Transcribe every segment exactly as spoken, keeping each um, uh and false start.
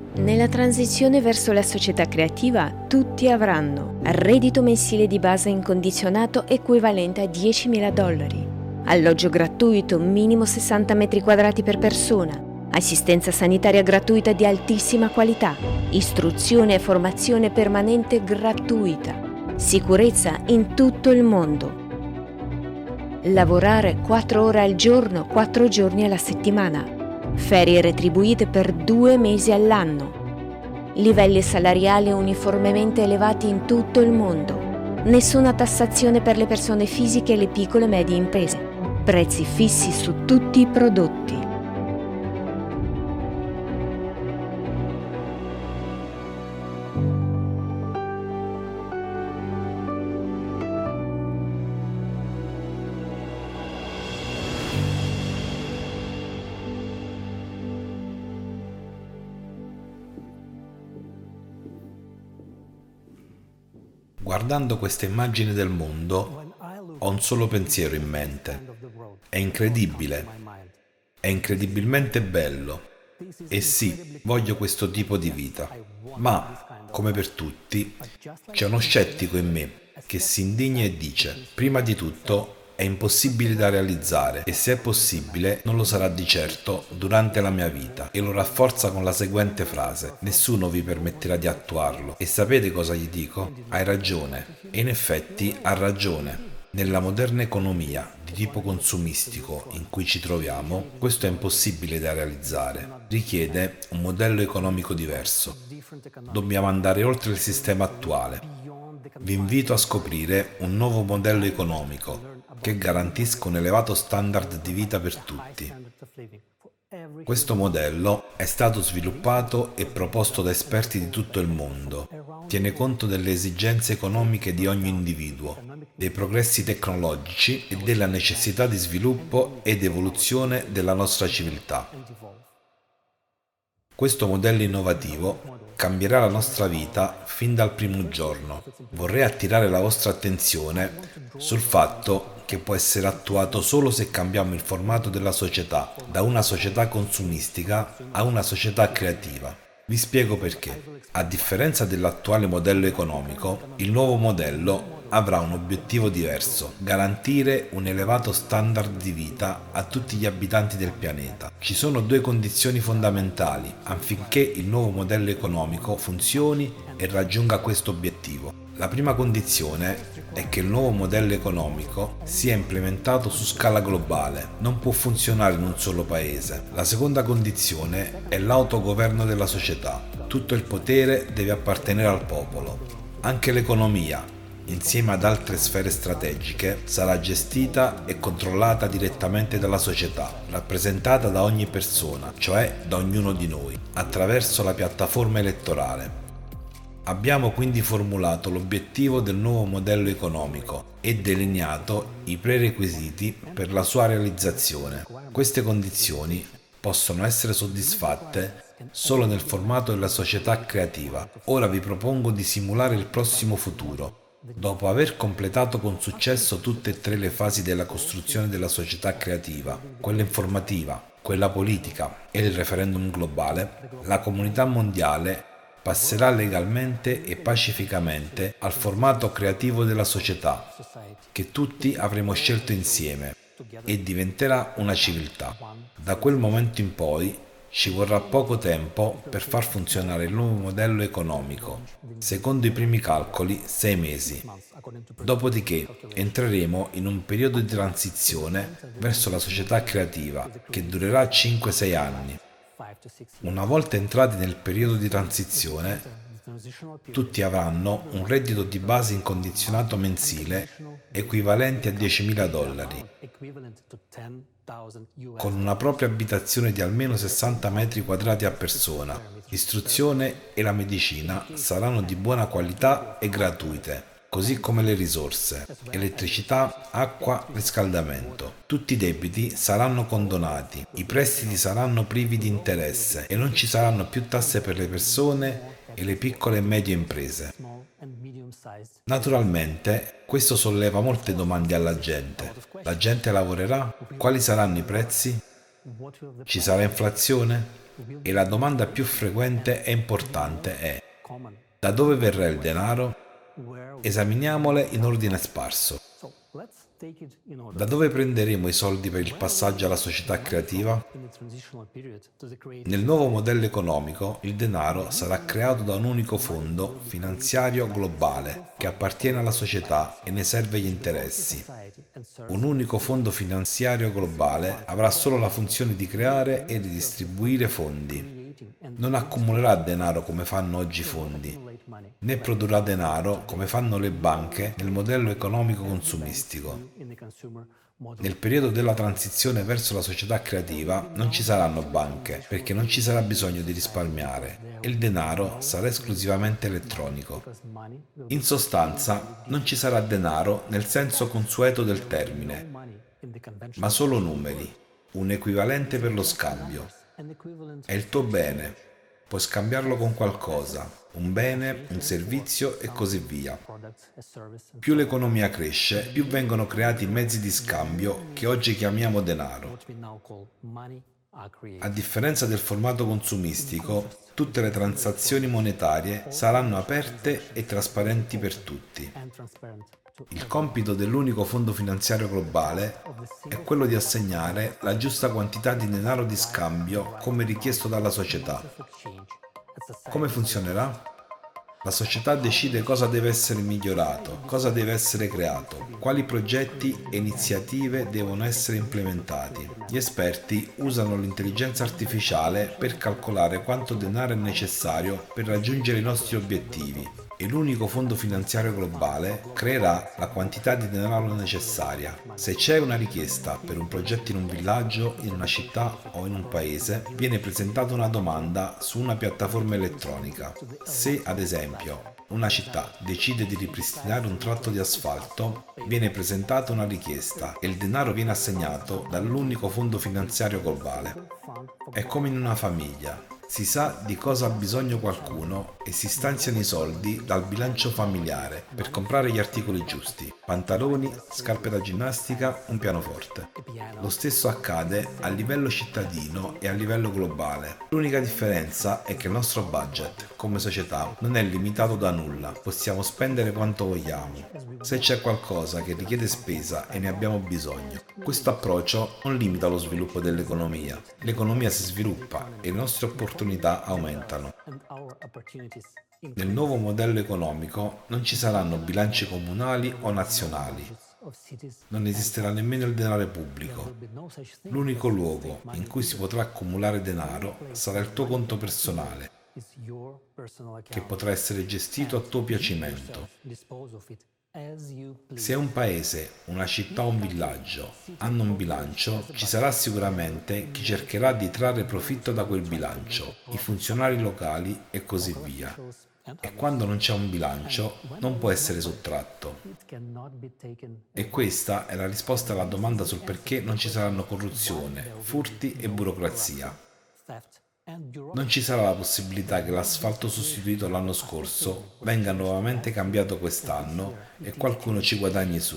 Nella transizione verso la società creativa, tutti avranno reddito mensile di base incondizionato equivalente a diecimila dollari, alloggio gratuito minimo sessanta metri quadrati per persona, assistenza sanitaria gratuita di altissima qualità, istruzione e formazione permanente gratuita, sicurezza in tutto il mondo. Lavorare quattro ore al giorno, quattro giorni alla settimana. Ferie retribuite per due mesi all'anno. Livelli salariali uniformemente elevati in tutto il mondo. Nessuna tassazione per le persone fisiche e le piccole e medie imprese. Prezzi fissi su tutti i prodotti. Guardando queste immagini del mondo, ho un solo pensiero in mente. È incredibile. È incredibilmente bello. E sì, voglio questo tipo di vita. Ma, come per tutti, c'è uno scettico in me che si indigna e dice: prima di tutto, è impossibile da realizzare e se è possibile non lo sarà di certo durante la mia vita, e lo rafforza con la seguente frase: nessuno vi permetterà di attuarlo. E sapete cosa gli dico? Hai ragione. E in effetti ha ragione. Nella moderna economia di tipo consumistico in cui ci troviamo, questo è impossibile da realizzare. Richiede un modello economico diverso. Dobbiamo andare oltre il sistema attuale. Vi invito a scoprire un nuovo modello economico che garantisca un elevato standard di vita per tutti. Questo modello è stato sviluppato e proposto da esperti di tutto il mondo. Tiene conto delle esigenze economiche di ogni individuo, dei progressi tecnologici e della necessità di sviluppo ed evoluzione della nostra civiltà. Questo modello innovativo cambierà la nostra vita fin dal primo giorno. Vorrei attirare la vostra attenzione sul fatto che può essere attuato solo se cambiamo il formato della società, da una società consumistica a una società creativa. Vi spiego perché. A differenza dell'attuale modello economico, il nuovo modello avrà un obiettivo diverso: garantire un elevato standard di vita a tutti gli abitanti del pianeta. Ci sono due condizioni fondamentali affinché il nuovo modello economico funzioni e raggiunga questo obiettivo. La prima condizione è che il nuovo modello economico sia implementato su scala globale, non può funzionare in un solo paese. La seconda condizione è l'autogoverno della società. Tutto il potere deve appartenere al popolo. Anche l'economia, insieme ad altre sfere strategiche, sarà gestita e controllata direttamente dalla società, rappresentata da ogni persona, cioè da ognuno di noi, attraverso la piattaforma elettorale. Abbiamo quindi formulato l'obiettivo del nuovo modello economico e delineato i prerequisiti per la sua realizzazione. Queste condizioni possono essere soddisfatte solo nel formato della società creativa. Ora vi propongo di simulare il prossimo futuro. Dopo aver completato con successo tutte e tre le fasi della costruzione della società creativa, quella informativa, quella politica e il referendum globale, la comunità mondiale passerà legalmente e pacificamente al formato creativo della società, che tutti avremo scelto insieme, e diventerà una civiltà. Da quel momento in poi ci vorrà poco tempo per far funzionare il nuovo modello economico, secondo i primi calcoli sei mesi. Dopodiché entreremo in un periodo di transizione verso la società creativa che durerà cinque sei anni. Una volta entrati nel periodo di transizione, tutti avranno un reddito di base incondizionato mensile equivalente a diecimila dollari, con una propria abitazione di almeno sessanta metri quadrati a persona. L'istruzione e la medicina saranno di buona qualità e gratuite, così come le risorse, elettricità, acqua, riscaldamento. Tutti i debiti saranno condonati, i prestiti saranno privi di interesse e non ci saranno più tasse per le persone e le piccole e medie imprese. Naturalmente, questo solleva molte domande alla gente. La gente lavorerà? Quali saranno i prezzi? Ci sarà inflazione? E la domanda più frequente e importante è: da dove verrà il denaro? Esaminiamole in ordine sparso. Da dove prenderemo i soldi per il passaggio alla società creativa? Nel nuovo modello economico, il denaro sarà creato da un unico fondo finanziario globale che appartiene alla società e ne serve gli interessi. Un unico fondo finanziario globale avrà solo la funzione di creare e di distribuire fondi. Non accumulerà denaro come fanno oggi i fondi, né produrrà denaro come fanno le banche nel modello economico consumistico. Nel periodo della transizione verso la società creativa non ci saranno banche, perché non ci sarà bisogno di risparmiare e il denaro sarà esclusivamente elettronico. In sostanza, non ci sarà denaro nel senso consueto del termine, ma solo numeri, un equivalente per lo scambio. È il tuo bene, puoi scambiarlo con qualcosa, un bene, un servizio e così via. Più l'economia cresce, più vengono creati mezzi di scambio che oggi chiamiamo denaro. A differenza del formato consumistico, tutte le transazioni monetarie saranno aperte e trasparenti per tutti. Il compito dell'unico fondo finanziario globale è quello di assegnare la giusta quantità di denaro di scambio come richiesto dalla società. Come funzionerà? La società decide cosa deve essere migliorato, cosa deve essere creato, quali progetti e iniziative devono essere implementati. Gli esperti usano l'intelligenza artificiale per calcolare quanto denaro è necessario per raggiungere i nostri obiettivi e l'unico fondo finanziario globale creerà la quantità di denaro necessaria. Se c'è una richiesta per un progetto in un villaggio, in una città o in un paese, viene presentata una domanda su una piattaforma elettronica. Se, ad esempio, una città decide di ripristinare un tratto di asfalto, viene presentata una richiesta e il denaro viene assegnato dall'unico fondo finanziario globale. È come in una famiglia. Si sa di cosa ha bisogno qualcuno e si stanziano i soldi dal bilancio familiare per comprare gli articoli giusti: pantaloni, scarpe da ginnastica, un pianoforte. Lo stesso accade a livello cittadino e a livello globale. L'unica differenza è che il nostro budget, come società, non è limitato da nulla. Possiamo spendere quanto vogliamo, se c'è qualcosa che richiede spesa e ne abbiamo bisogno. Questo approccio non limita lo sviluppo dell'economia. L'economia si sviluppa e le nostre opportunità aumentano. Nel nuovo modello economico non ci saranno bilanci comunali o nazionali. Non esisterà nemmeno il denaro pubblico. L'unico luogo in cui si potrà accumulare denaro sarà il tuo conto personale, che potrà essere gestito a tuo piacimento. Se un paese, una città o un villaggio hanno un bilancio, ci sarà sicuramente chi cercherà di trarre profitto da quel bilancio, i funzionari locali e così via. E quando non c'è un bilancio, non può essere sottratto. E questa è la risposta alla domanda sul perché non ci saranno corruzione, furti e burocrazia. Non ci sarà la possibilità che l'asfalto sostituito l'anno scorso venga nuovamente cambiato quest'anno e qualcuno ci guadagni su.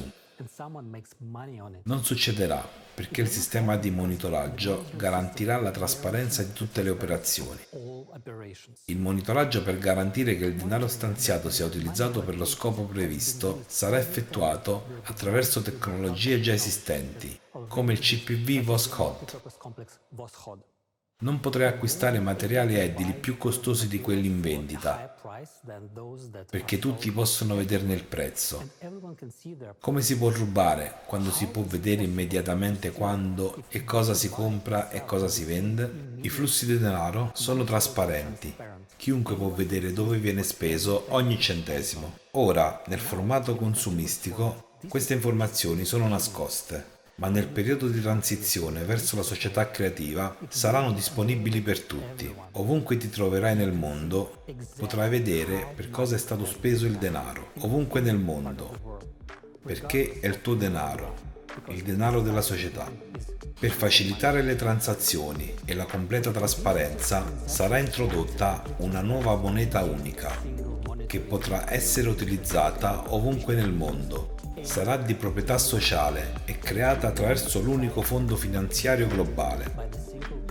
Non succederà perché il sistema di monitoraggio garantirà la trasparenza di tutte le operazioni. Il monitoraggio per garantire che il denaro stanziato sia utilizzato per lo scopo previsto sarà effettuato attraverso tecnologie già esistenti, come il C P V Voskhod. Non potrai acquistare materiali edili più costosi di quelli in vendita, perché tutti possono vederne il prezzo. Come si può rubare quando si può vedere immediatamente quando e cosa si compra e cosa si vende? I flussi di denaro sono trasparenti. Chiunque può vedere dove viene speso ogni centesimo. Ora, nel formato consumistico, queste informazioni sono nascoste, ma nel periodo di transizione verso la società creativa saranno disponibili per tutti. Ovunque ti troverai nel mondo, potrai vedere per cosa è stato speso il denaro. Ovunque nel mondo, perché è il tuo denaro, il denaro della società. Per facilitare le transazioni e la completa trasparenza sarà introdotta una nuova moneta unica, che potrà essere utilizzata ovunque nel mondo. Sarà di proprietà sociale e creata attraverso l'unico fondo finanziario globale.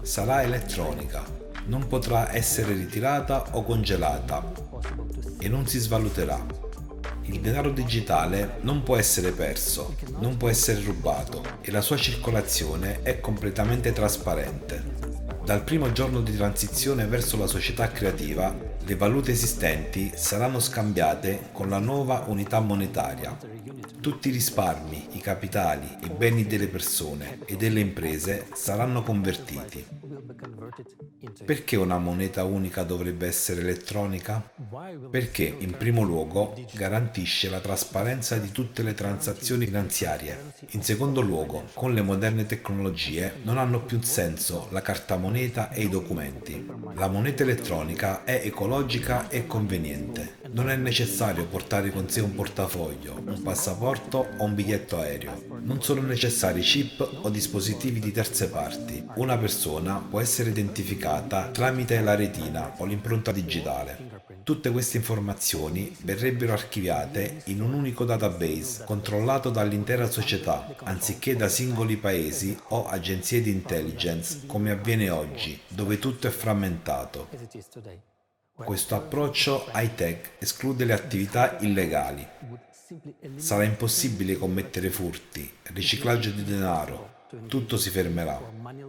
sarà elettronica, non potrà essere ritirata o congelata e non si svaluterà. Il denaro digitale non può essere perso, non può essere rubato e la sua circolazione è completamente trasparente. Dal primo giorno di transizione verso la società creativa, le valute esistenti saranno scambiate con la nuova unità monetaria. Tutti i risparmi, i capitali, i beni delle persone e delle imprese saranno convertiti. Perché una moneta unica dovrebbe essere elettronica? Perché, in primo luogo, garantisce la trasparenza di tutte le transazioni finanziarie. In secondo luogo, con le moderne tecnologie non hanno più senso la carta moneta e i documenti. La moneta elettronica è ecologica e conveniente. Non è necessario portare con sé un portafoglio, un passaporto o un biglietto aereo. Non sono necessari chip o dispositivi di terze parti. Una persona può essere identificata tramite la retina o l'impronta digitale. Tutte queste informazioni verrebbero archiviate in un unico database controllato dall'intera società, anziché da singoli paesi o agenzie di intelligence come avviene oggi, dove tutto è frammentato. Questo approccio high-tech esclude le attività illegali. Sarà impossibile commettere furti, riciclaggio di denaro, tutto si fermerà.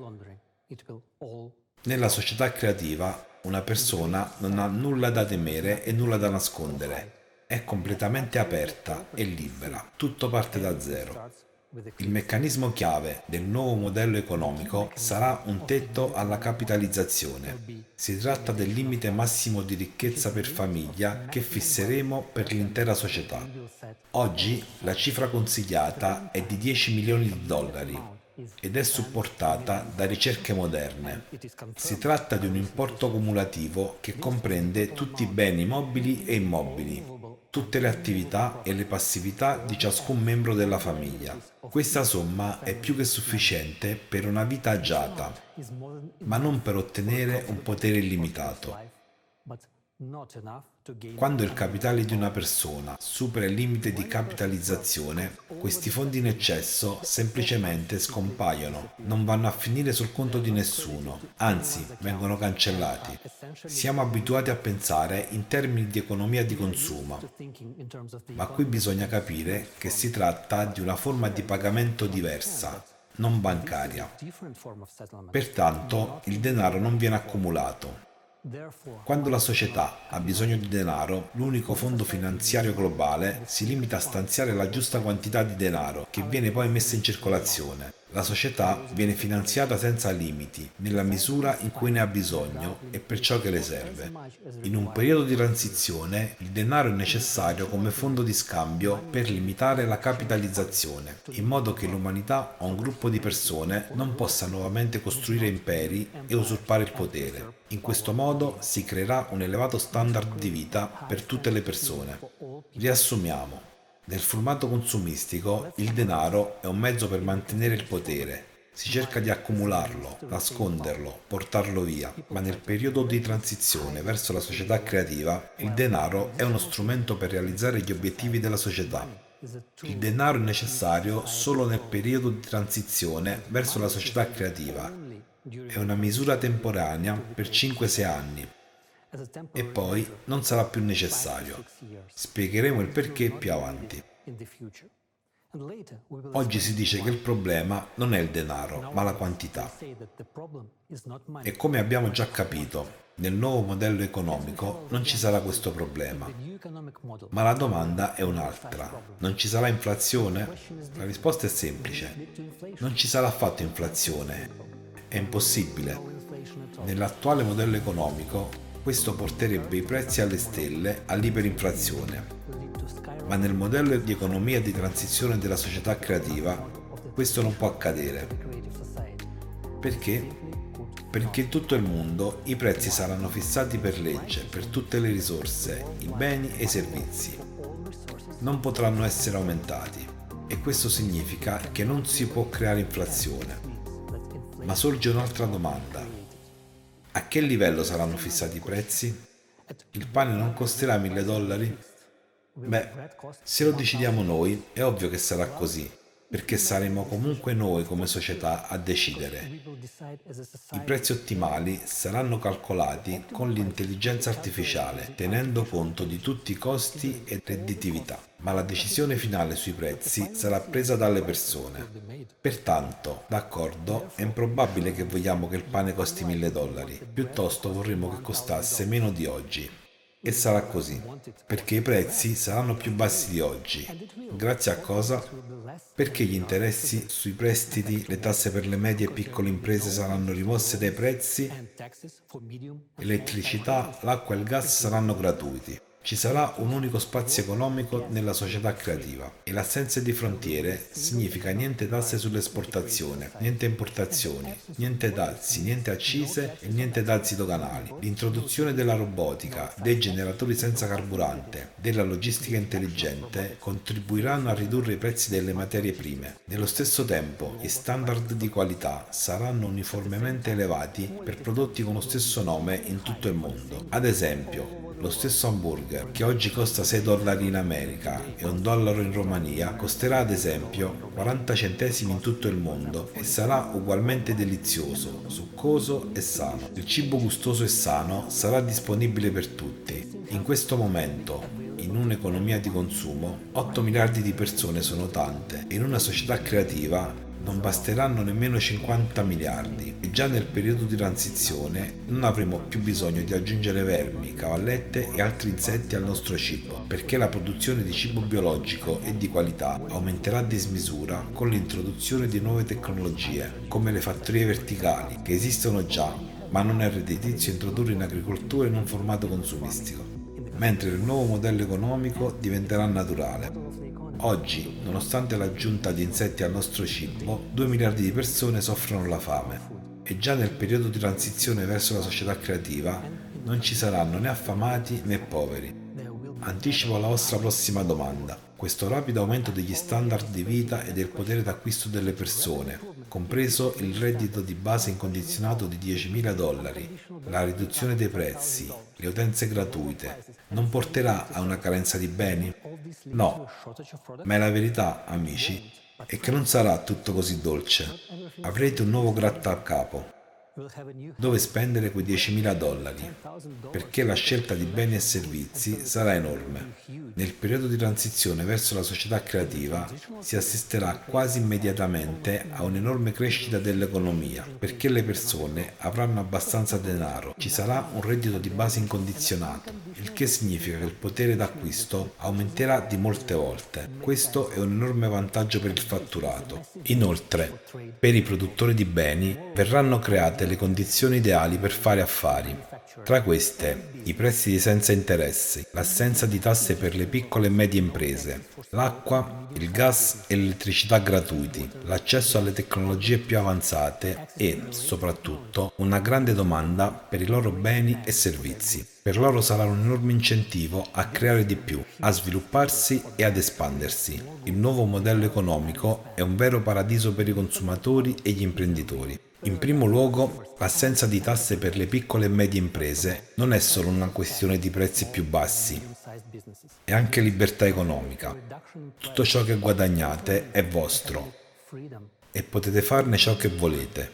Nella società creativa, una persona non ha nulla da temere e nulla da nascondere. È completamente aperta e libera. Tutto parte da zero. Il meccanismo chiave del nuovo modello economico sarà un tetto alla capitalizzazione. Si tratta del limite massimo di ricchezza per famiglia che fisseremo per l'intera società. Oggi la cifra consigliata è di dieci milioni di dollari ed è supportata da ricerche moderne. Si tratta di un importo cumulativo che comprende tutti i beni mobili e immobili, tutte le attività e le passività di ciascun membro della famiglia. Questa somma è più che sufficiente per una vita agiata, ma non per ottenere un potere illimitato. Quando il capitale di una persona supera il limite di capitalizzazione, questi fondi in eccesso semplicemente scompaiono, non vanno a finire sul conto di nessuno, anzi vengono cancellati. Siamo abituati a pensare in termini di economia di consumo, ma qui bisogna capire che si tratta di una forma di pagamento diversa, non bancaria. Pertanto il denaro non viene accumulato. Quando la società ha bisogno di denaro, l'unico fondo finanziario globale si limita a stanziare la giusta quantità di denaro, che viene poi messa in circolazione. La società viene finanziata senza limiti, nella misura in cui ne ha bisogno e per ciò che le serve. In un periodo di transizione, il denaro è necessario come fondo di scambio per limitare la capitalizzazione, in modo che l'umanità o un gruppo di persone non possa nuovamente costruire imperi e usurpare il potere. In questo modo si creerà un elevato standard di vita per tutte le persone. Riassumiamo. Nel formato consumistico, il denaro è un mezzo per mantenere il potere. Si cerca di accumularlo, nasconderlo, portarlo via, ma nel periodo di transizione verso la società creativa, il denaro è uno strumento per realizzare gli obiettivi della società. Il denaro è necessario solo nel periodo di transizione verso la società creativa. È una misura temporanea per cinque sei anni. E poi non sarà più necessario. Spiegheremo il perché più avanti. Oggi si dice che il problema non è il denaro, ma la quantità. E come abbiamo già capito, nel nuovo modello economico non ci sarà questo problema. Ma la domanda è un'altra. Non ci sarà inflazione? La risposta è semplice. Non ci sarà affatto inflazione. È impossibile. Nell'attuale modello economico, questo porterebbe i prezzi alle stelle all'iperinflazione. Ma nel modello di economia di transizione della società creativa, questo non può accadere. Perché? Perché in tutto il mondo i prezzi saranno fissati per legge per tutte le risorse, i beni e i servizi. Non potranno essere aumentati. E questo significa che non si può creare inflazione. Ma sorge un'altra domanda. A che livello saranno fissati i prezzi? Il pane non costerà mille dollari? Beh, se lo decidiamo noi, è ovvio che sarà così. perché saremo comunque noi come società a decidere. I prezzi ottimali saranno calcolati con l'intelligenza artificiale, tenendo conto di tutti i costi e redditività, ma la decisione finale sui prezzi sarà presa dalle persone. Pertanto, d'accordo, è improbabile che vogliamo che il pane costi mille dollari, piuttosto vorremmo che costasse meno di oggi. E sarà così, perché i prezzi saranno più bassi di oggi. Grazie a cosa? Perché gli interessi sui prestiti, le tasse per le medie e piccole imprese saranno rimosse dai prezzi, elettricità, l'acqua e il gas saranno gratuiti. Ci sarà un unico spazio economico nella società creativa e l'assenza di frontiere significa niente tasse sull'esportazione, niente importazioni, niente dazi, niente accise e niente dazi doganali. L'introduzione della robotica, dei generatori senza carburante, della logistica intelligente contribuiranno a ridurre i prezzi delle materie prime. Nello stesso tempo, gli standard di qualità saranno uniformemente elevati per prodotti con lo stesso nome in tutto il mondo. Ad esempio, lo stesso hamburger, che oggi costa sei dollari in America e un dollaro in Romania, costerà ad esempio quaranta centesimi in tutto il mondo e sarà ugualmente delizioso, succoso e sano. Il cibo gustoso e sano sarà disponibile per tutti. In questo momento, in un'economia di consumo, otto miliardi di persone sono tante e in una società creativa non basteranno nemmeno cinquanta miliardi e già nel periodo di transizione non avremo più bisogno di aggiungere vermi, cavallette e altri insetti al nostro cibo, perché la produzione di cibo biologico e di qualità aumenterà a dismisura con l'introduzione di nuove tecnologie, come le fattorie verticali, che esistono già, ma non è redditizio introdurre in agricoltura in un formato consumistico, mentre il nuovo modello economico diventerà naturale. Oggi, nonostante l'aggiunta di insetti al nostro cibo, due miliardi di persone soffrono la fame e già nel periodo di transizione verso la società creativa non ci saranno né affamati né poveri. Anticipo la vostra prossima domanda. Questo rapido aumento degli standard di vita e del potere d'acquisto delle persone, compreso il reddito di base incondizionato di diecimila dollari, la riduzione dei prezzi, le utenze gratuite, non porterà a una carenza di beni? No, ma la verità, amici, è che non sarà tutto così dolce. Avrete un nuovo grattacapo dove spendere quei diecimila dollari, perché la scelta di beni e servizi sarà enorme. Nel periodo di transizione verso la società creativa si assisterà quasi immediatamente a un'enorme crescita dell'economia, perché le persone avranno abbastanza denaro, ci sarà un reddito di base incondizionato, il che significa che il potere d'acquisto aumenterà di molte volte. Questo è un enorme vantaggio per il fatturato. Inoltre, per i produttori di beni verranno create le condizioni ideali per fare affari. Tra queste, i prestiti senza interessi, l'assenza di tasse per le piccole e medie imprese, l'acqua, il gas e l'elettricità gratuiti, l'accesso alle tecnologie più avanzate e, soprattutto, una grande domanda per i loro beni e servizi. Per loro sarà un enorme incentivo a creare di più, a svilupparsi e ad espandersi. Il nuovo modello economico è un vero paradiso per i consumatori e gli imprenditori. In primo luogo, l'assenza di tasse per le piccole e medie imprese non è solo una questione di prezzi più bassi, è anche libertà economica. Tutto ciò che guadagnate è vostro e potete farne ciò che volete.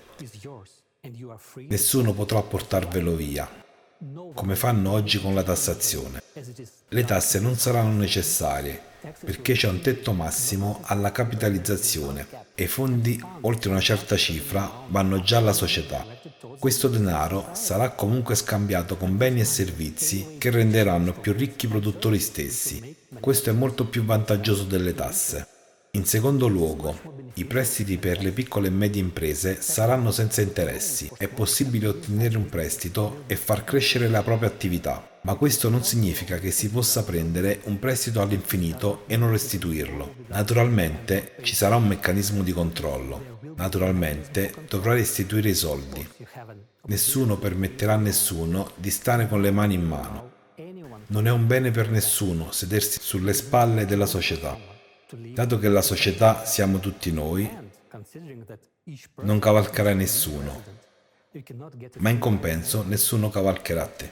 Nessuno potrà portarvelo via, come fanno oggi con la tassazione. Le tasse non saranno necessarie perché c'è un tetto massimo alla capitalizzazione e i fondi oltre una certa cifra vanno già alla società. Questo denaro sarà comunque scambiato con beni e servizi che renderanno più ricchi i produttori stessi. Questo è molto più vantaggioso delle tasse. In secondo luogo, i prestiti per le piccole e medie imprese saranno senza interessi. È possibile ottenere un prestito e far crescere la propria attività, ma questo non significa che si possa prendere un prestito all'infinito e non restituirlo. Naturalmente ci sarà un meccanismo di controllo. Naturalmente dovrà restituire i soldi. Nessuno permetterà a nessuno di stare con le mani in mano. Non è un bene per nessuno sedersi sulle spalle della società. Dato che la società siamo tutti noi, non cavalcherà nessuno. ma in compenso nessuno cavalcherà te.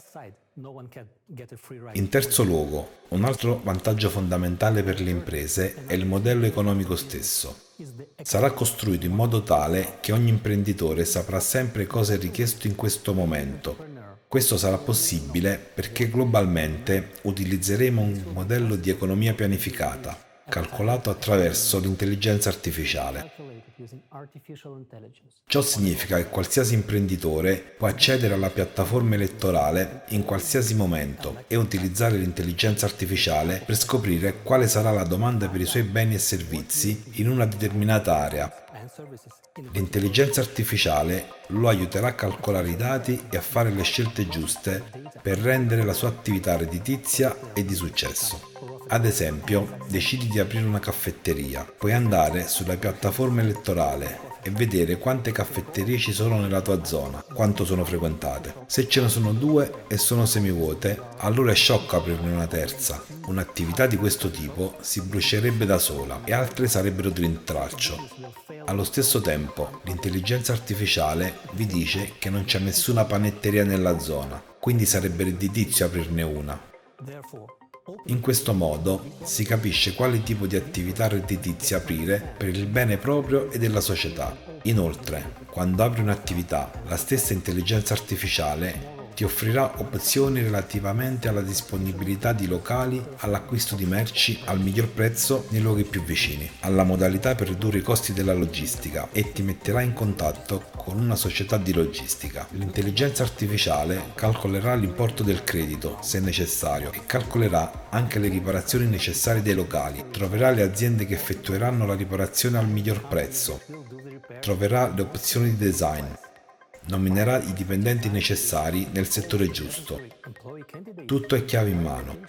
In terzo luogo, un altro vantaggio fondamentale per le imprese è il modello economico stesso. Sarà costruito in modo tale che ogni imprenditore saprà sempre cosa è richiesto in questo momento. Questo sarà possibile perché globalmente utilizzeremo un modello di economia pianificata, calcolato attraverso l'intelligenza artificiale. Ciò significa che qualsiasi imprenditore può accedere alla piattaforma elettorale in qualsiasi momento e utilizzare l'intelligenza artificiale per scoprire quale sarà la domanda per i suoi beni e servizi in una determinata area. L'intelligenza artificiale lo aiuterà a calcolare i dati e a fare le scelte giuste per rendere la sua attività redditizia e di successo. Ad esempio, decidi di aprire una caffetteria, puoi andare sulla piattaforma elettorale e vedere quante caffetterie ci sono nella tua zona, quanto sono frequentate. Se ce ne sono due e sono semivuote, allora è sciocco aprirne una terza. Un'attività di questo tipo si brucierebbe da sola e altre sarebbero di rintraccio. Allo stesso tempo, l'intelligenza artificiale vi dice che non c'è nessuna panetteria nella zona, quindi sarebbe redditizio aprirne una. In questo modo si capisce quale tipo di attività redditizia aprire per il bene proprio e della società. Inoltre, quando apri un'attività, la stessa intelligenza artificiale ti offrirà opzioni relativamente alla disponibilità di locali, all'acquisto di merci al miglior prezzo nei luoghi più vicini, alla modalità per ridurre i costi della logistica e ti metterà in contatto con una società di logistica. L'intelligenza artificiale calcolerà l'importo del credito, se necessario, e calcolerà anche le riparazioni necessarie dei locali. Troverà le aziende che effettueranno la riparazione al miglior prezzo. Troverà le opzioni di design. Nominerà i dipendenti necessari nel settore giusto. Tutto è chiave in mano.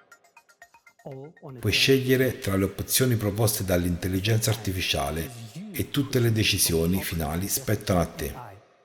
Puoi scegliere tra le opzioni proposte dall'intelligenza artificiale e tutte le decisioni finali spettano a te.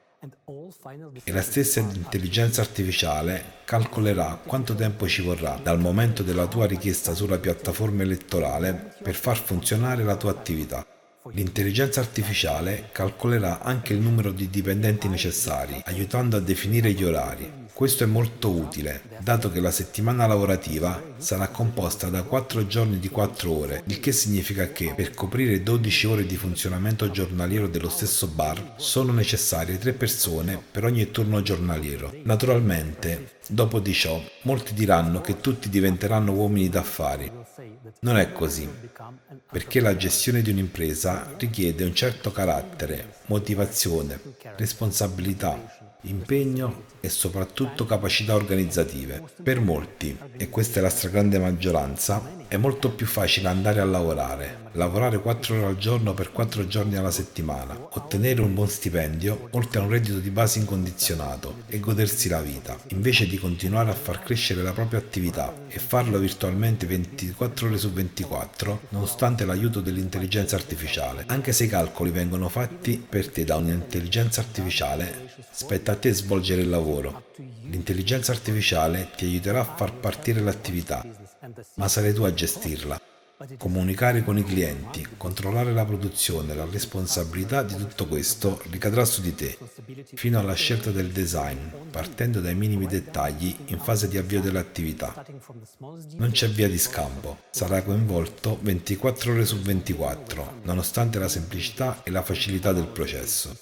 E la stessa intelligenza artificiale calcolerà quanto tempo ci vorrà dal momento della tua richiesta sulla piattaforma elettorale per far funzionare la tua attività. L'intelligenza artificiale calcolerà anche il numero di dipendenti necessari, aiutando a definire gli orari. Questo è molto utile, dato che la settimana lavorativa sarà composta da quattro giorni di quattro ore, il che significa che per coprire dodici ore di funzionamento giornaliero dello stesso bar sono necessarie tre persone per ogni turno giornaliero. Naturalmente, dopo di ciò, molti diranno che tutti diventeranno uomini d'affari. Non è così, perché la gestione di un'impresa richiede un certo carattere, motivazione, responsabilità, impegno e soprattutto capacità organizzative. Per molti, e questa è la stragrande maggioranza, è molto più facile andare a lavorare, lavorare quattro ore al giorno per quattro giorni alla settimana, ottenere un buon stipendio, oltre a un reddito di base incondizionato e godersi la vita, invece di continuare a far crescere la propria attività e farlo virtualmente ventiquattro ore su ventiquattro, nonostante l'aiuto dell'intelligenza artificiale. Anche se i calcoli vengono fatti per te da un'intelligenza artificiale, spetta a te svolgere il lavoro. L'intelligenza artificiale ti aiuterà a far partire l'attività, ma sarai tu a gestirla. Comunicare con i clienti, controllare la produzione, la responsabilità di tutto questo ricadrà su di te, fino alla scelta del design, partendo dai minimi dettagli in fase di avvio dell'attività. Non c'è via di scampo, sarai coinvolto ventiquattro ore su ventiquattro, nonostante la semplicità e la facilità del processo.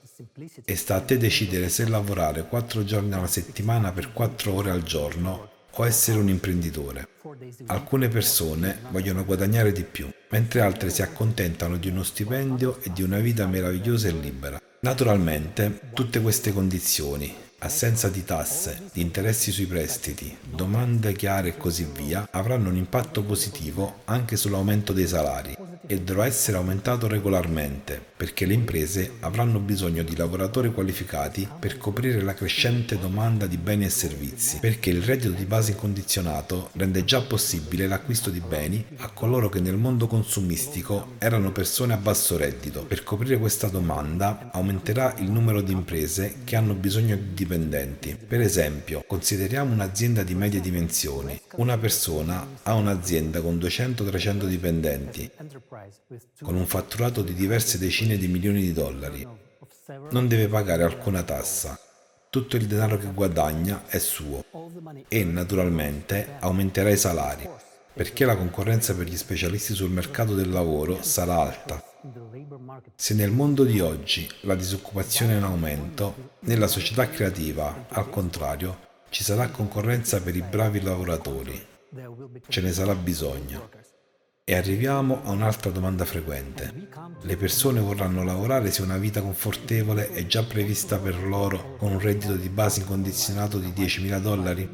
E sta a te decidere se lavorare quattro giorni alla settimana per quattro ore al giorno o essere un imprenditore. Alcune persone vogliono guadagnare di più, mentre altre si accontentano di uno stipendio e di una vita meravigliosa e libera. Naturalmente, tutte queste condizioni, assenza di tasse, di interessi sui prestiti, domande chiare e così via, avranno un impatto positivo anche sull'aumento dei salari e dovrà essere aumentato regolarmente, perché le imprese avranno bisogno di lavoratori qualificati per coprire la crescente domanda di beni e servizi, perché il reddito di base incondizionato rende già possibile l'acquisto di beni a coloro che nel mondo consumistico erano persone a basso reddito. Per coprire questa domanda aumenterà il numero di imprese che hanno bisogno di dipendenti. Per esempio, consideriamo un'azienda di medie dimensioni. Una persona ha un'azienda con duecento trecento dipendenti, con un fatturato di diverse decine di milioni di dollari. Non deve pagare alcuna tassa. Tutto il denaro che guadagna è suo e, naturalmente, aumenterà i salari, perché la concorrenza per gli specialisti sul mercato del lavoro sarà alta. Se nel mondo di oggi la disoccupazione è in aumento, nella società creativa, al contrario, ci sarà concorrenza per i bravi lavoratori. Ce ne sarà bisogno. E arriviamo a un'altra domanda frequente. Le persone vorranno lavorare se una vita confortevole è già prevista per loro con un reddito di base incondizionato di diecimila dollari?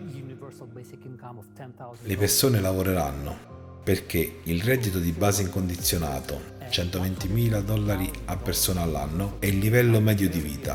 Le persone lavoreranno perché il reddito di base incondizionato, centoventimila dollari a persona all'anno, è il livello medio di vita.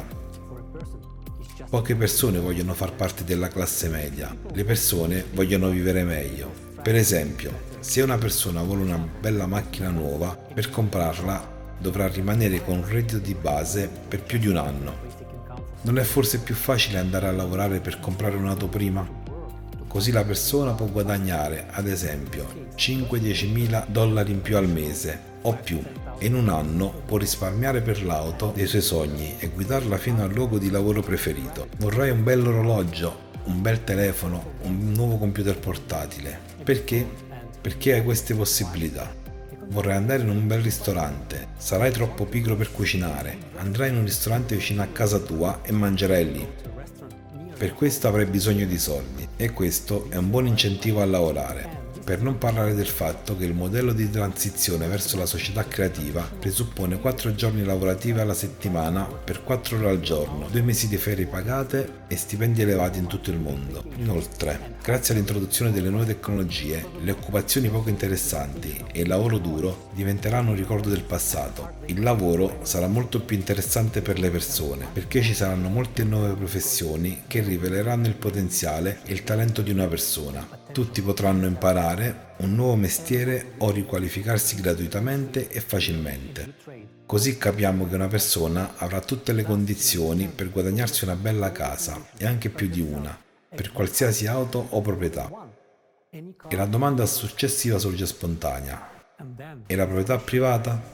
Poche persone vogliono far parte della classe media, le persone vogliono vivere meglio. Per esempio, se una persona vuole una bella macchina nuova, per comprarla dovrà rimanere con un reddito di base per più di un anno. Non è forse più facile andare a lavorare per comprare un'auto prima? Così la persona può guadagnare, ad esempio, cinque-diecimila dollari in più al mese o più e in un anno può risparmiare per l'auto dei suoi sogni e guidarla fino al luogo di lavoro preferito. Vorrai un bel orologio, un bel telefono, un nuovo computer portatile. Perché? Perché hai queste possibilità. Vorrai andare in un bel ristorante, sarai troppo pigro per cucinare, andrai in un ristorante vicino a casa tua e mangerai lì. Per questo avrai bisogno di soldi e questo è un buon incentivo a lavorare. Per non parlare del fatto che il modello di transizione verso la società creativa presuppone quattro giorni lavorativi alla settimana per quattro ore al giorno, due mesi di ferie pagate e stipendi elevati in tutto il mondo. Inoltre, grazie all'introduzione delle nuove tecnologie, le occupazioni poco interessanti e il lavoro duro diventeranno un ricordo del passato. Il lavoro sarà molto più interessante per le persone, perché ci saranno molte nuove professioni che riveleranno il potenziale e il talento di una persona. Tutti potranno imparare un nuovo mestiere o riqualificarsi gratuitamente e facilmente. Così capiamo che una persona avrà tutte le condizioni per guadagnarsi una bella casa e anche più di una, per qualsiasi auto o proprietà. E la domanda successiva sorge spontanea. E la proprietà privata?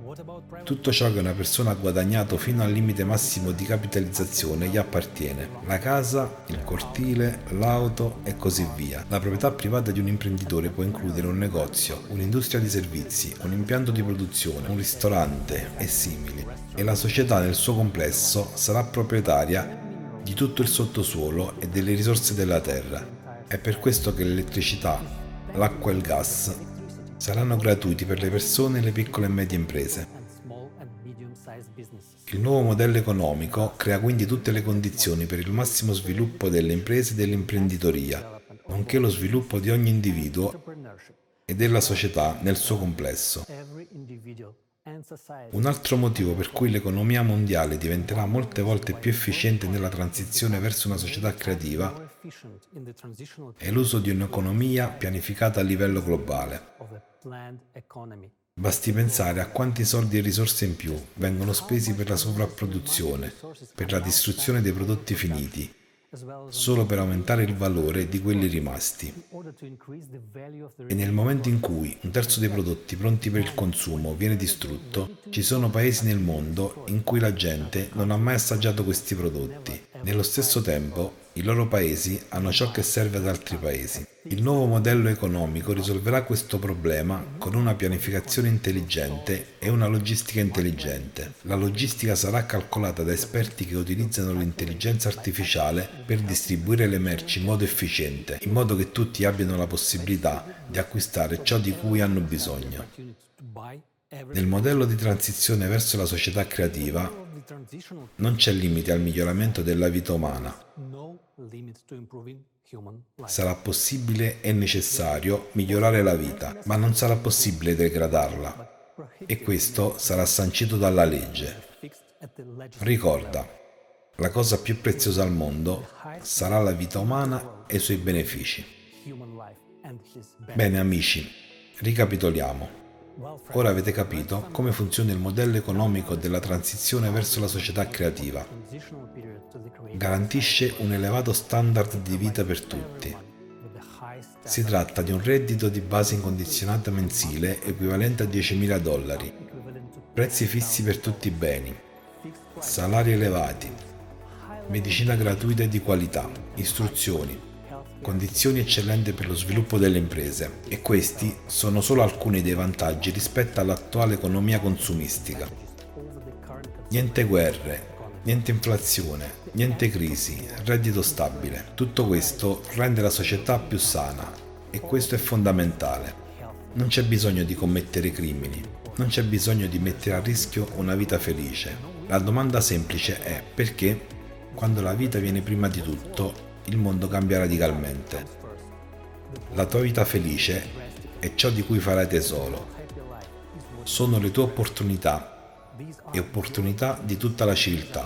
Tutto ciò che una persona ha guadagnato fino al limite massimo di capitalizzazione gli appartiene. La casa, il cortile, l'auto e così via. La proprietà privata di un imprenditore può includere un negozio, un'industria di servizi, un impianto di produzione, un ristorante e simili. E la società nel suo complesso sarà proprietaria di tutto il sottosuolo e delle risorse della terra. È per questo che l'elettricità, l'acqua e il gas saranno gratuiti per le persone e le piccole e medie imprese. Il nuovo modello economico crea quindi tutte le condizioni per il massimo sviluppo delle imprese e dell'imprenditoria, nonché lo sviluppo di ogni individuo e della società nel suo complesso. Un altro motivo per cui l'economia mondiale diventerà molte volte più efficiente nella transizione verso una società creativa è l'uso di un'economia pianificata a livello globale. Basti pensare a quanti soldi e risorse in più vengono spesi per la sovrapproduzione, per la distruzione dei prodotti finiti, solo per aumentare il valore di quelli rimasti. E nel momento in cui un terzo dei prodotti pronti per il consumo viene distrutto, ci sono paesi nel mondo in cui la gente non ha mai assaggiato questi prodotti. Nello stesso tempo, i loro paesi hanno ciò che serve ad altri paesi. Il nuovo modello economico risolverà questo problema con una pianificazione intelligente e una logistica intelligente. La logistica sarà calcolata da esperti che utilizzano l'intelligenza artificiale per distribuire le merci in modo efficiente, in modo che tutti abbiano la possibilità di acquistare ciò di cui hanno bisogno. Nel modello di transizione verso la società creativa non c'è limite al miglioramento della vita umana. Sarà possibile e necessario migliorare la vita, ma non sarà possibile degradarla. E questo sarà sancito dalla legge. Ricorda, la cosa più preziosa al mondo sarà la vita umana e i suoi benefici. Bene amici, ricapitoliamo. Ora avete capito come funziona il modello economico della transizione verso la società creativa. Garantisce un elevato standard di vita per tutti. Si tratta di un reddito di base incondizionata mensile equivalente a diecimila dollari, prezzi fissi per tutti i beni, salari elevati, medicina gratuita e di qualità, istruzioni, condizioni eccellenti per lo sviluppo delle imprese, e questi sono solo alcuni dei vantaggi rispetto all'attuale economia consumistica. Niente guerre, niente inflazione, niente crisi, reddito stabile. Tutto questo rende la società più sana e questo è fondamentale. Non c'è bisogno di commettere crimini, non c'è bisogno di mettere a rischio una vita felice. La domanda semplice è: perché, quando la vita viene prima di tutto, il mondo cambia radicalmente? La tua vita felice è ciò di cui farai tesoro. Sono le tue opportunità e opportunità di tutta la civiltà.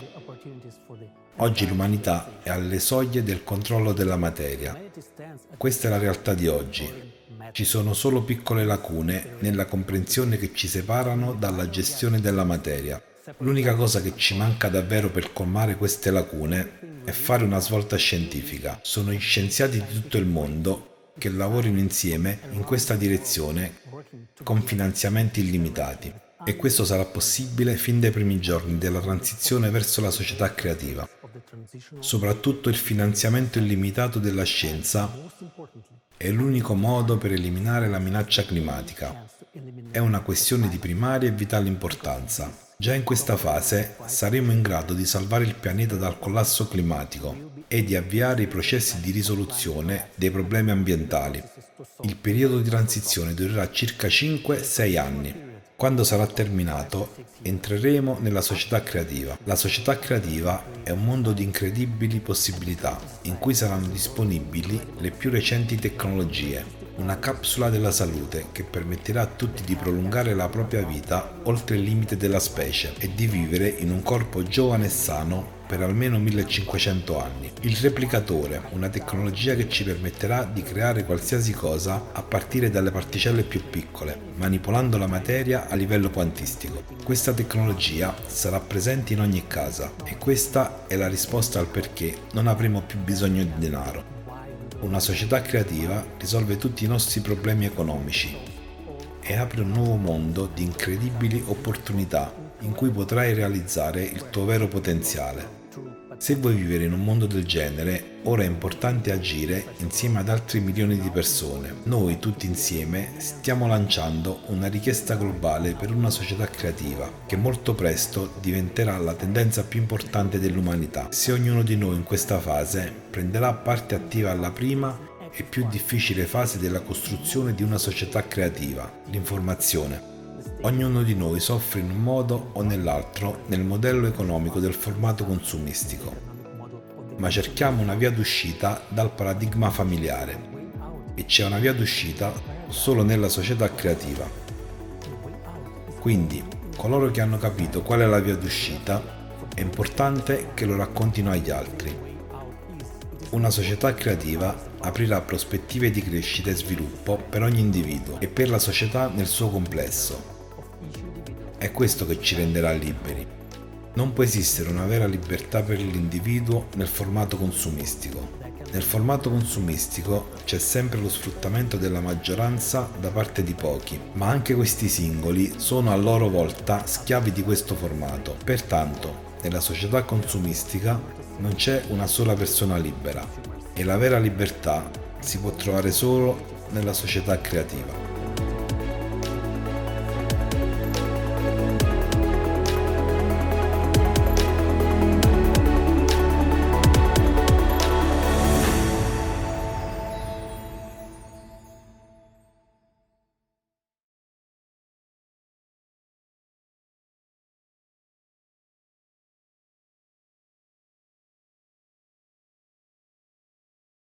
Oggi l'umanità è alle soglie del controllo della materia. Questa è la realtà di oggi. Ci sono solo piccole lacune nella comprensione che ci separano dalla gestione della materia. L'unica cosa che ci manca davvero per colmare queste lacune è fare una svolta scientifica. Sono gli scienziati di tutto il mondo che lavorino insieme in questa direzione con finanziamenti illimitati. E questo sarà possibile fin dai primi giorni della transizione verso la società creativa. Soprattutto il finanziamento illimitato della scienza è l'unico modo per eliminare la minaccia climatica. È una questione di primaria e vitale importanza. Già in questa fase saremo in grado di salvare il pianeta dal collasso climatico e di avviare i processi di risoluzione dei problemi ambientali. Il periodo di transizione durerà circa cinque sei anni. Quando sarà terminato, entreremo nella società creativa. La società creativa è un mondo di incredibili possibilità, in cui saranno disponibili le più recenti tecnologie. Una capsula della salute che permetterà a tutti di prolungare la propria vita oltre il limite della specie e di vivere in un corpo giovane e sano per almeno millecinquecento anni. Il replicatore, una tecnologia che ci permetterà di creare qualsiasi cosa a partire dalle particelle più piccole, manipolando la materia a livello quantistico. Questa tecnologia sarà presente in ogni casa e questa è la risposta al perché non avremo più bisogno di denaro. Una società creativa risolve tutti i nostri problemi economici e apre un nuovo mondo di incredibili opportunità in cui potrai realizzare il tuo vero potenziale. Se vuoi vivere in un mondo del genere, ora è importante agire insieme ad altri milioni di persone. Noi tutti insieme stiamo lanciando una richiesta globale per una società creativa che molto presto diventerà la tendenza più importante dell'umanità. Se ognuno di noi in questa fase prenderà parte attiva alla prima e più difficile fase della costruzione di una società creativa, l'informazione. Ognuno di noi soffre in un modo o nell'altro nel modello economico del formato consumistico, ma cerchiamo una via d'uscita dal paradigma familiare e c'è una via d'uscita solo nella società creativa. Quindi, coloro che hanno capito qual è la via d'uscita, è importante che lo raccontino agli altri. Una società creativa aprirà prospettive di crescita e sviluppo per ogni individuo e per la società nel suo complesso. È questo che ci renderà liberi. Non può esistere una vera libertà per l'individuo nel formato consumistico. Nel formato consumistico c'è sempre lo sfruttamento della maggioranza da parte di pochi, ma anche questi singoli sono a loro volta schiavi di questo formato. Pertanto, nella società consumistica non c'è una sola persona libera e la vera libertà si può trovare solo nella società creativa.